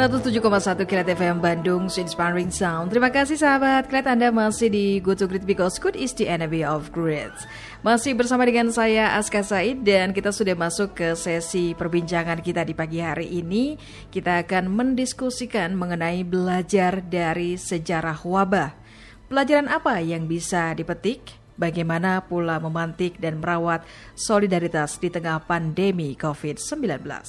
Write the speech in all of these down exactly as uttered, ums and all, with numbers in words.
seratus tujuh koma satu Kilat F M Bandung, Inspiring Sound. Terima kasih sahabat Kilat, Anda masih di Good to Great because good is the enemy of great. Masih bersama dengan saya Aska Said dan kita sudah masuk ke sesi perbincangan kita di pagi hari ini. Kita akan mendiskusikan mengenai belajar dari sejarah wabah. Pelajaran apa yang bisa dipetik? Bagaimana pula memantik dan merawat solidaritas di tengah pandemi covid sembilan belas?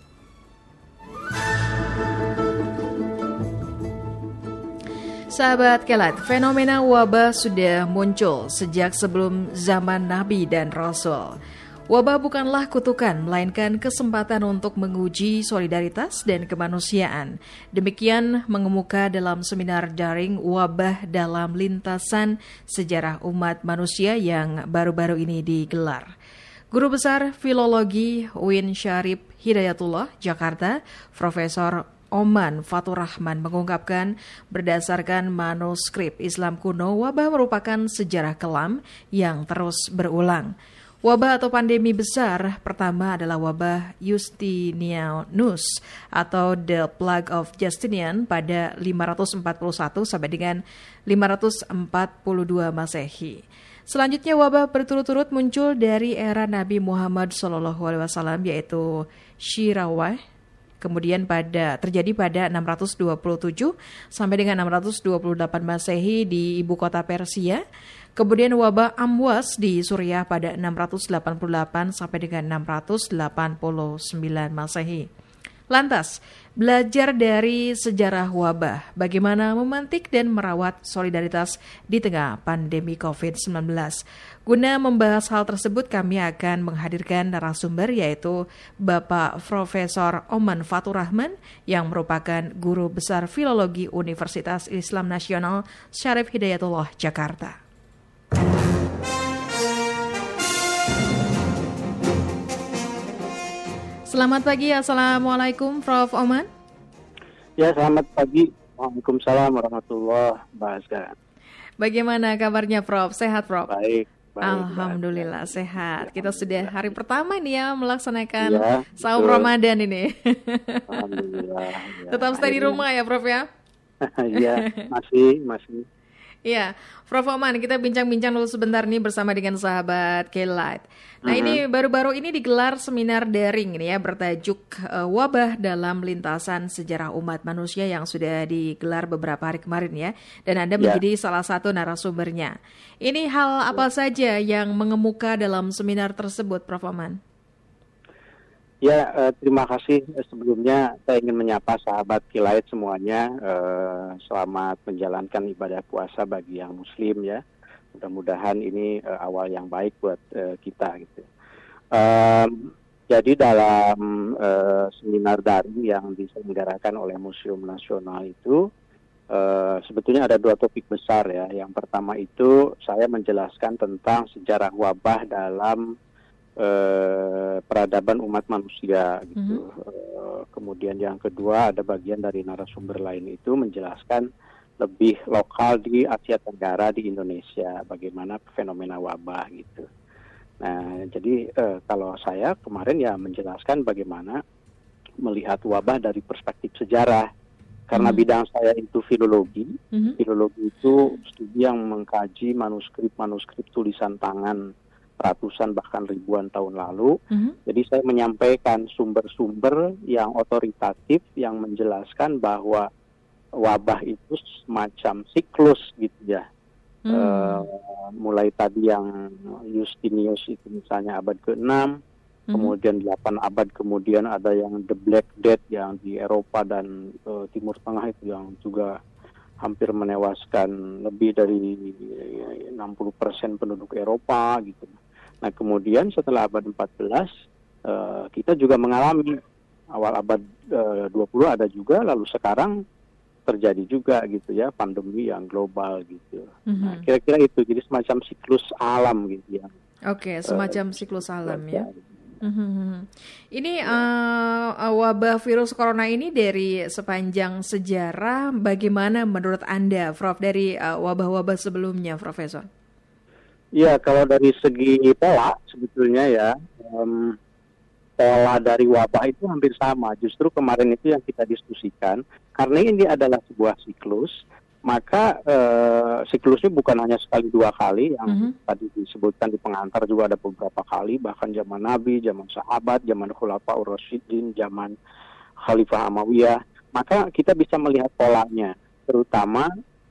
Sahabat Kelat, fenomena wabah sudah muncul sejak sebelum zaman Nabi dan Rasul. Wabah bukanlah kutukan, melainkan kesempatan untuk menguji solidaritas dan kemanusiaan. Demikian mengemuka dalam seminar daring wabah dalam lintasan sejarah umat manusia yang baru-baru ini digelar. Guru Besar Filologi U I N Syarif Hidayatullah, Jakarta, Profesor Oman Fatur Rahman mengungkapkan berdasarkan manuskrip Islam kuno, wabah merupakan sejarah kelam yang terus berulang. Wabah atau pandemi besar pertama adalah wabah Justinianus atau The Plague of Justinian pada lima ratus empat puluh satu sampai dengan lima ratus empat puluh dua Masehi. Selanjutnya wabah berturut-turut muncul dari era Nabi Muhammad shallallahu alaihi wasallam yaitu Shirawah. Kemudian pada terjadi pada enam ratus dua puluh tujuh sampai dengan enam ratus dua puluh delapan Masehi di ibu kota Persia. Kemudian wabah Amwas di Suriah pada enam ratus delapan puluh delapan sampai dengan enam ratus delapan puluh sembilan Masehi. Lantas, belajar dari sejarah wabah, bagaimana memantik dan merawat solidaritas di tengah pandemi covid sembilan belas. Guna membahas hal tersebut, kami akan menghadirkan narasumber yaitu Bapak Profesor Oman Fatur Rahman yang merupakan Guru Besar Filologi Universitas Islam Nasional Syarif Hidayatullah, Jakarta. Selamat pagi, Assalamualaikum Prof Oman. Ya, selamat pagi. Waalaikumsalam warahmatullahi wabarakatuh. Bagaimana kabarnya Prof? Sehat Prof? Baik. Baik, Alhamdulillah baik. Sehat. Kita sudah hari pertama nih ya melaksanakan ya, saum Ramadan ini. Alhamdulillah. Ya, tetap stay di rumah ya Prof ya? Iya, masih, masih. Iya, Prof Oman, kita bincang-bincang dulu sebentar nih bersama dengan sahabat K-Light. Nah, uh-huh. ini baru-baru ini digelar seminar daring ini ya bertajuk uh, Wabah dalam Lintasan Sejarah Umat Manusia yang sudah digelar beberapa hari kemarin ya. Dan Anda ya. menjadi salah satu narasumbernya. Ini hal apa ya. saja yang mengemuka dalam seminar tersebut, Prof Oman? Ya, eh, terima kasih. Sebelumnya saya ingin menyapa sahabat Kilait semuanya. Eh, selamat menjalankan ibadah puasa bagi yang muslim ya. Mudah-mudahan ini eh, awal yang baik buat eh, kita gitu. Eh, jadi dalam eh, seminar daring yang diselenggarakan oleh Museum Nasional itu eh, sebetulnya ada dua topik besar ya. Yang pertama itu saya menjelaskan tentang sejarah wabah dalam Eh, peradaban umat manusia gitu. Mm-hmm. Eh, kemudian yang kedua ada bagian dari narasumber lain itu menjelaskan lebih lokal di Asia Tenggara di Indonesia bagaimana fenomena wabah gitu. Nah jadi eh, kalau saya kemarin ya menjelaskan bagaimana melihat wabah dari perspektif sejarah karena mm-hmm. bidang saya itu filologi. Mm-hmm. Filologi itu studi yang mengkaji manuskrip-manuskrip tulisan tangan ratusan bahkan ribuan tahun lalu. Mm-hmm. Jadi saya menyampaikan sumber-sumber yang otoritatif yang menjelaskan bahwa wabah itu semacam siklus gitu ya. Mm. Uh, mulai tadi yang Justinius itu misalnya abad keenam, mm-hmm. kemudian delapan abad kemudian ada yang The Black Death yang di Eropa dan uh, Timur Tengah itu yang juga hampir menewaskan lebih dari enam puluh persen penduduk Eropa gitu. Nah kemudian setelah abad empat belas uh, kita juga mengalami awal abad uh, dua puluh ada juga, lalu sekarang terjadi juga gitu ya pandemi yang global gitu. Mm-hmm. Nah kira-kira itu jadi semacam siklus alam gitu ya. Oke, okay, semacam uh, siklus alam ya. Mm-hmm. Ini uh, wabah virus corona ini dari sepanjang sejarah bagaimana menurut Anda, Prof, dari uh, wabah-wabah sebelumnya, Profesor? Ya, kalau dari segi pola sebetulnya ya, um, pola dari wabah itu hampir sama. Justru kemarin itu yang kita diskusikan, karena ini adalah sebuah siklus, maka eh, siklusnya bukan hanya sekali dua kali, yang Mhm. tadi disebutkan di pengantar juga ada beberapa kali, bahkan zaman Nabi, zaman sahabat, zaman Khulafaur Rasyidin, zaman Khalifah Umayyah. Maka kita bisa melihat polanya, terutama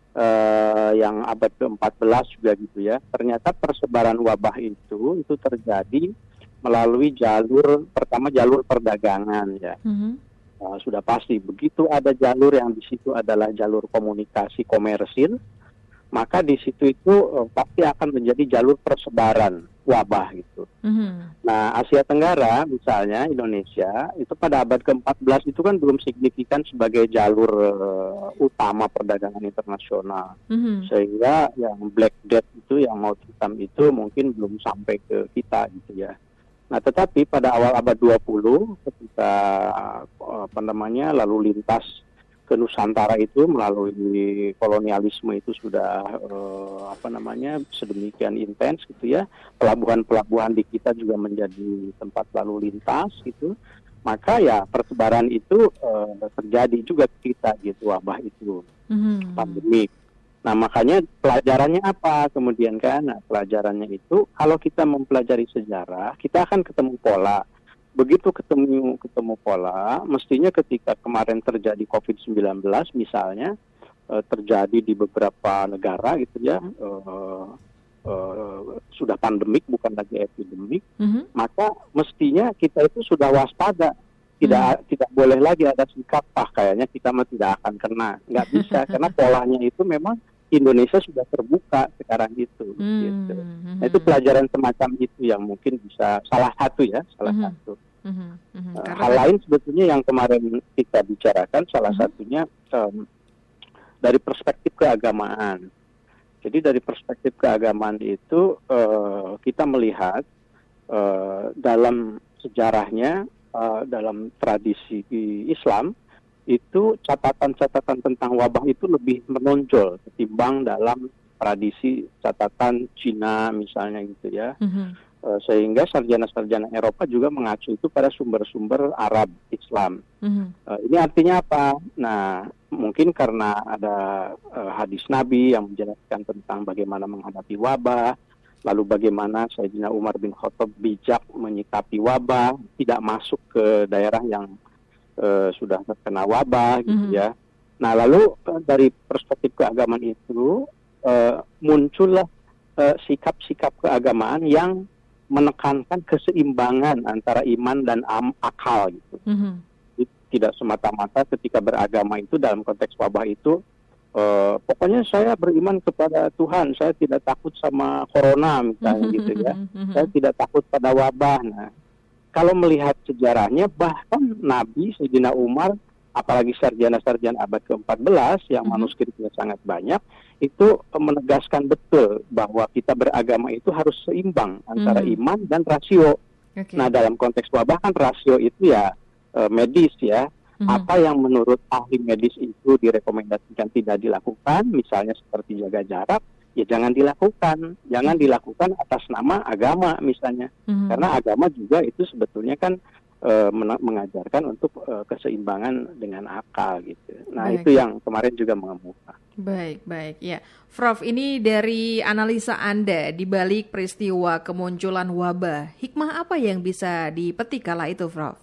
eh, yang abad keempat belas juga gitu ya. Ternyata persebaran wabah itu itu terjadi melalui jalur, pertama jalur perdagangan ya. Mhm. Uh, sudah pasti begitu ada jalur yang di situ adalah jalur komunikasi komersil, maka di situ itu uh, pasti akan menjadi jalur persebaran wabah gitu. Mhm. Nah, Asia Tenggara misalnya Indonesia itu pada abad keempat belas itu kan belum signifikan sebagai jalur uh, utama perdagangan internasional. Mhm. Sehingga yang Black Death itu, yang maut hitam itu mungkin belum sampai ke kita gitu ya. Nah, tetapi pada awal abad dua puluh ketika apa namanya lalu lintas ke Nusantara itu melalui kolonialisme itu sudah eh, apa namanya sedemikian intens gitu ya, pelabuhan-pelabuhan di kita juga menjadi tempat lalu lintas gitu, maka ya persebaran itu eh, terjadi juga ke kita gitu, wabah itu, Mhm. pandemik. Nah, makanya pelajarannya apa kemudian kan? Nah, pelajarannya itu kalau kita mempelajari sejarah, kita akan ketemu pola. Begitu ketemu ketemu pola, mestinya ketika kemarin terjadi covid sembilan belas misalnya, eh, terjadi di beberapa negara gitu ya, eh, eh, sudah pandemik bukan lagi epidemik, Mhm. maka mestinya kita itu sudah waspada. Tidak Mhm. tidak boleh lagi ada sikap, ah kayaknya kita mah tidak akan kena. Nggak bisa, karena polanya itu memang Indonesia sudah terbuka sekarang itu, gitu. Mhm. Nah, itu pelajaran semacam itu yang mungkin bisa salah satu ya, salah Mhm. satu. Mhm. Mhm. Uh, Karena hal tadi lain sebetulnya yang kemarin kita bicarakan, salah Mhm. satunya um, dari perspektif keagamaan. Jadi dari perspektif keagamaan itu uh, kita melihat uh, dalam sejarahnya, uh, dalam tradisi Islam, itu catatan-catatan tentang wabah itu lebih menonjol ketimbang dalam tradisi catatan Cina misalnya gitu ya. Mhm. E, sehingga sarjana-sarjana Eropa juga mengacu itu pada sumber-sumber Arab Islam. Mhm. E, ini artinya apa? Nah, mungkin karena ada e, hadis Nabi yang menjelaskan tentang bagaimana menghadapi wabah, lalu bagaimana Sayyidina Umar bin Khattab bijak menyikapi wabah, tidak masuk ke daerah yang Uh, sudah terkena wabah gitu Mhm. ya. Nah, lalu uh, dari perspektif keagamaan itu uh, muncullah uh, sikap-sikap keagamaan yang menekankan keseimbangan antara iman dan am- akal gitu. Mhm. Tidak semata-mata ketika beragama itu dalam konteks wabah itu uh, pokoknya saya beriman kepada Tuhan, saya tidak takut sama corona misalnya gitu ya. Saya tidak takut pada wabah. Nah, kalau melihat sejarahnya, bahkan Nabi Sayyidina Umar, apalagi sarjana-sarjana abad keempat belas yang Mhm. manuskripnya sangat banyak, itu menegaskan betul bahwa kita beragama itu harus seimbang antara Mhm. iman dan rasio. Oke. Nah, dalam konteks wabah kan rasio itu ya eh, medis ya. Mhm. Apa yang menurut ahli medis itu direkomendasikan tidak dilakukan, misalnya seperti jaga jarak, ya jangan dilakukan, jangan dilakukan atas nama agama misalnya, Mhm. karena agama juga itu sebetulnya kan e, men- mengajarkan untuk e, keseimbangan dengan akal gitu. Nah, Baik. itu yang kemarin juga mengemuka. Baik, baik, ya. Prof, ini dari analisa Anda di balik peristiwa kemunculan wabah, hikmah apa yang bisa dipetik kala itu, Prof?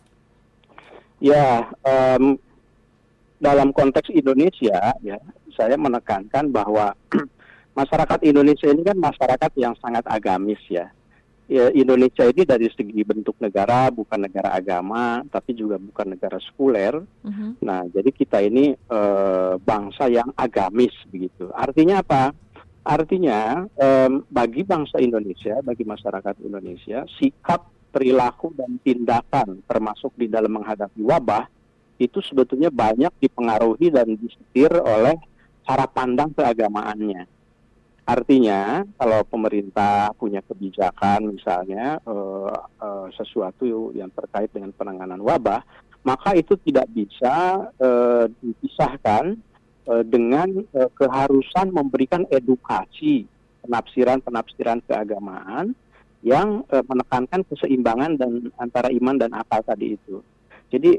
Ya, em, dalam konteks Indonesia, ya, saya menekankan bahwa masyarakat Indonesia ini kan masyarakat yang sangat agamis ya. Ya, Indonesia ini dari segi bentuk negara bukan negara agama, tapi juga bukan negara sekuler. Mhm. Nah, jadi kita ini eh, bangsa yang agamis begitu. Artinya apa? Artinya em, bagi bangsa Indonesia, bagi masyarakat Indonesia, sikap, perilaku dan tindakan termasuk di dalam menghadapi wabah itu sebetulnya banyak dipengaruhi dan disetir oleh cara pandang keagamaannya. Artinya, kalau pemerintah punya kebijakan misalnya eh, eh, sesuatu yang terkait dengan penanganan wabah, maka itu tidak bisa eh, dipisahkan eh, dengan eh, keharusan memberikan edukasi penafsiran-penafsiran keagamaan yang uh, menekankan keseimbangan dan antara iman dan akal tadi itu. Jadi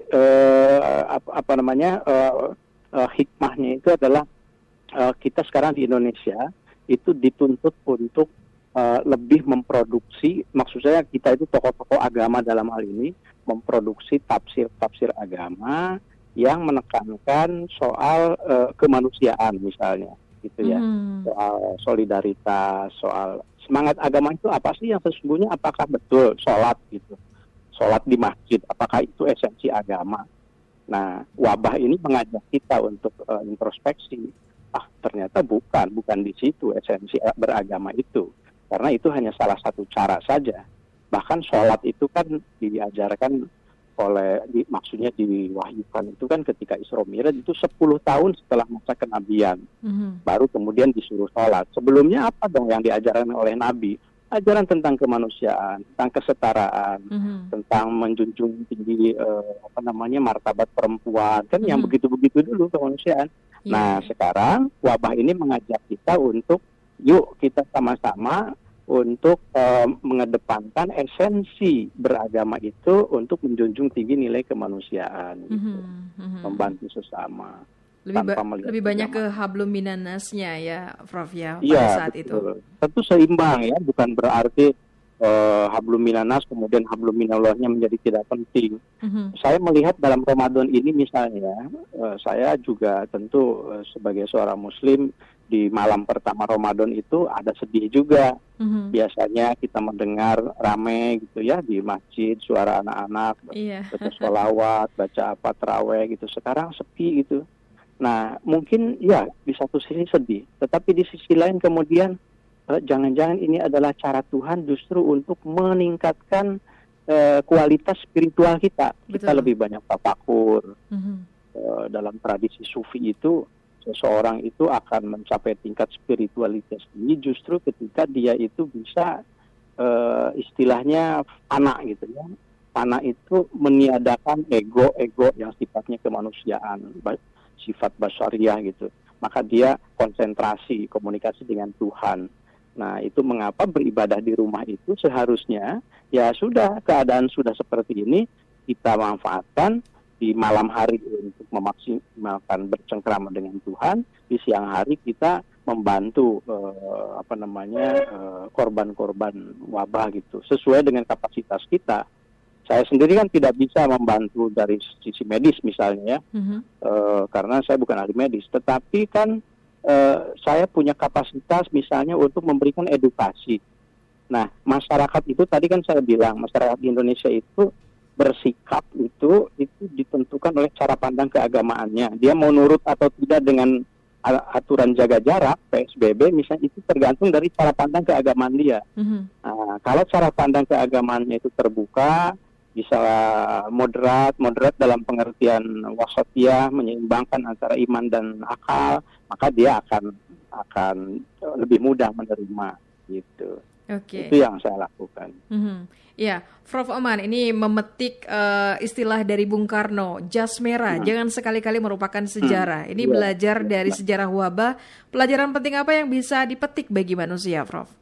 uh, apa, apa namanya uh, uh, hikmahnya itu adalah uh, kita sekarang di Indonesia itu dituntut untuk uh, lebih memproduksi, maksud saya kita itu tokoh-tokoh agama dalam hal ini memproduksi tafsir-tafsir agama yang menekankan soal uh, kemanusiaan misalnya, gitu ya, hmm. soal solidaritas, soal semangat agama itu apa sih yang sesungguhnya, apakah betul sholat gitu, sholat di masjid, apakah itu esensi agama. Nah, wabah ini mengajak kita untuk uh, introspeksi. Ah, ternyata bukan, bukan di situ esensi beragama itu. Karena itu hanya salah satu cara saja. Bahkan sholat itu kan diajarkan oleh, di, maksudnya diwahyukan itu kan ketika Isra Mi'raj itu sepuluh tahun setelah masa kenabian. Mm-hmm. Baru kemudian disuruh sholat. Sebelumnya apa dong yang diajarkan oleh Nabi? Ajaran tentang kemanusiaan, tentang kesetaraan, mm-hmm. tentang menjunjung tinggi eh, apa namanya martabat perempuan, kan mm-hmm. yang begitu-begitu dulu kemanusiaan. Yeah. Nah, sekarang wabah ini mengajak kita untuk yuk kita sama-sama untuk eh, mengedepankan esensi beragama itu untuk menjunjung tinggi nilai kemanusiaan, gitu. Mm-hmm. Membantu sesama. Lebih, ba- lebih banyak ke hablum minannasnya ya, Prof ya, pada ya, saat betul. itu. Tentu seimbang ya, bukan berarti uh, hablum minannas kemudian hablum minallahnya menjadi tidak penting. Mm-hmm. Saya melihat dalam Ramadan ini misalnya, uh, saya juga tentu uh, sebagai seorang Muslim di malam pertama Ramadan itu ada sedih juga. Mm-hmm. Biasanya kita mendengar rame gitu ya di masjid, suara anak-anak, yeah. baca sholawat, baca apa taraweh gitu. Sekarang sepi gitu. Nah, mungkin ya di satu sisi sedih, tetapi di sisi lain kemudian eh, jangan-jangan ini adalah cara Tuhan justru untuk meningkatkan eh, kualitas spiritual kita. Betul. Kita lebih banyak tafakur. Mm-hmm. Eh, dalam tradisi sufi itu, seseorang itu akan mencapai tingkat spiritualitas ini justru ketika dia itu bisa eh, istilahnya fana gitu ya. Fana itu meniadakan ego-ego yang sifatnya kemanusiaan, sifat basyariah gitu. Maka dia konsentrasi, komunikasi dengan Tuhan. Nah, itu mengapa beribadah di rumah itu seharusnya, ya sudah, keadaan sudah seperti ini, kita manfaatkan di malam hari untuk memaksimalkan bercengkrama dengan Tuhan, di siang hari kita membantu eh, apa namanya eh, korban-korban wabah gitu, sesuai dengan kapasitas kita. Saya sendiri kan tidak bisa membantu dari sisi medis misalnya ya, mm-hmm. e, karena saya bukan ahli medis. Tetapi kan e, saya punya kapasitas misalnya untuk memberikan edukasi. Nah, masyarakat itu tadi kan saya bilang, masyarakat di Indonesia itu bersikap itu itu ditentukan oleh cara pandang keagamaannya. Dia mau nurut atau tidak dengan aturan jaga jarak P S B B misalnya, itu tergantung dari cara pandang keagamaan dia. Mm-hmm. Nah, kalau cara pandang keagamaannya itu terbuka, bisa moderat, moderat dalam pengertian wasatiyah, menyeimbangkan antara iman dan akal, maka dia akan akan lebih mudah menerima gitu. Okay. Itu yang saya lakukan. Mm-hmm. Ya, Prof Oman, ini memetik uh, istilah dari Bung Karno, jas merah, hmm. jangan sekali-kali merupakan sejarah. Hmm. Ini ya, belajar ya, dari ya. sejarah wabah. Pelajaran penting apa yang bisa dipetik bagi manusia, Prof?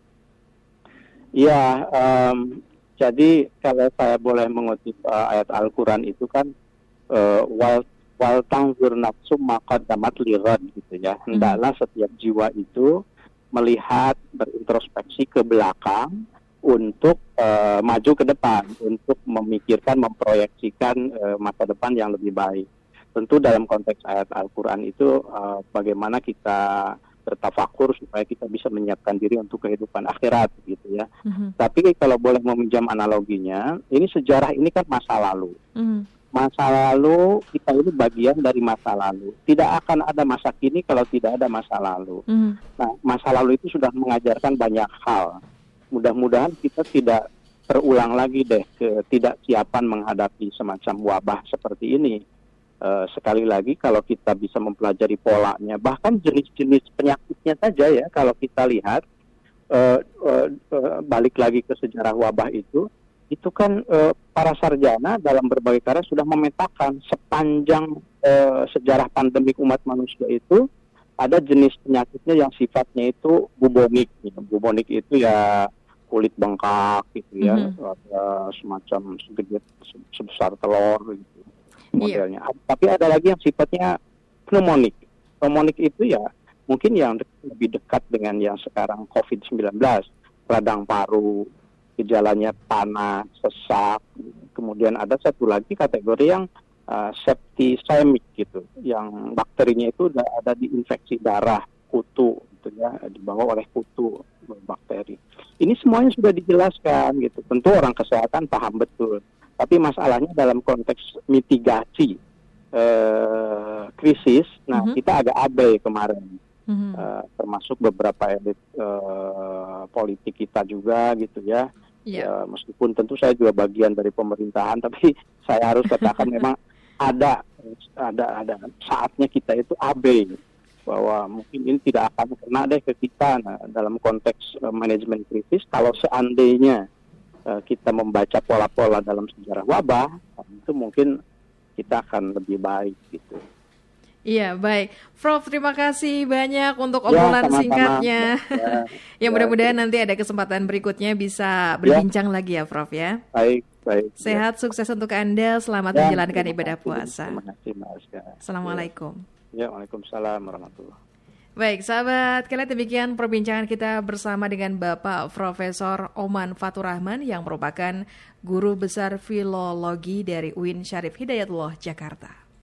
Ya, um, jadi kalau saya boleh mengutip uh, ayat Al-Quran itu kan, uh, wal wal tanzur nafsum maqaddamat lighad gitu ya. Hendaklah hmm. setiap jiwa itu melihat, berintrospeksi ke belakang untuk uh, maju ke depan, untuk memikirkan, memproyeksikan uh, masa depan yang lebih baik. Tentu dalam konteks ayat Al-Quran itu uh, bagaimana kita bertafakur supaya kita bisa menyiapkan diri untuk kehidupan akhirat gitu ya. Mm-hmm. Tapi kalau boleh meminjam analoginya, ini sejarah ini kan masa lalu. Mm-hmm. Masa lalu, kita ini bagian dari masa lalu. Tidak akan ada masa kini kalau tidak ada masa lalu. Mm-hmm. Nah, masa lalu itu sudah mengajarkan banyak hal. Mudah-mudahan kita tidak terulang lagi deh ketidaksiapan menghadapi semacam wabah seperti ini. Uh, sekali lagi kalau kita bisa mempelajari polanya, bahkan jenis-jenis penyakitnya saja ya, kalau kita lihat uh, uh, uh, balik lagi ke sejarah wabah itu, itu kan uh, para sarjana dalam berbagai karya sudah memetakan sepanjang uh, sejarah pandemik umat manusia itu ada jenis penyakitnya yang sifatnya itu bubonik. Bubonik itu ya kulit bengkak gitu ya, Mhm. ada semacam segede sebesar telur gitu Iya. modelnya. Tapi ada lagi yang sifatnya pneumonik. Pneumonik itu ya mungkin yang de- lebih dekat dengan yang sekarang covid sembilan belas, radang paru, gejalanya panas, sesak. Kemudian ada satu lagi kategori yang uh, septicemic gitu, yang bakterinya itu udah ada di infeksi darah, kutu gitu ya, dibawa oleh kutu bakteri. Ini semuanya sudah dijelaskan gitu. Tentu orang kesehatan paham betul. Tapi masalahnya dalam konteks mitigasi eh, krisis, nah Mhm. kita agak abai kemarin. Mhm. Eh, termasuk beberapa elit eh, politik kita juga gitu ya. Iya. Ya meskipun tentu saya juga bagian dari pemerintahan, tapi saya harus katakan memang ada ada ada saatnya kita itu abai bahwa mungkin ini tidak akan kena deh ke kita. Nah, dalam konteks uh, manajemen krisis, kalau seandainya uh, kita membaca pola-pola dalam sejarah wabah, itu mungkin kita akan lebih baik gitu. Iya, baik. Prof, terima kasih banyak untuk Ya, obrolan sama-sama. singkatnya. Ya, Yang ya, mudah-mudahan nanti ada kesempatan berikutnya bisa berbincang lagi ya, Prof ya. baik, baik. Sehat, sukses untuk Anda. Selamat Ya, menjalankan terima ibadah kasih. puasa. Terima kasih, Mas. Ya. Assalamualaikum. Ya, Waalaikumsalam warahmatullahi. Baik, sahabat, kalian demikian perbincangan kita bersama dengan Bapak Profesor Oman Fatur Rahman yang merupakan guru besar filologi dari U I N Syarif Hidayatullah Jakarta.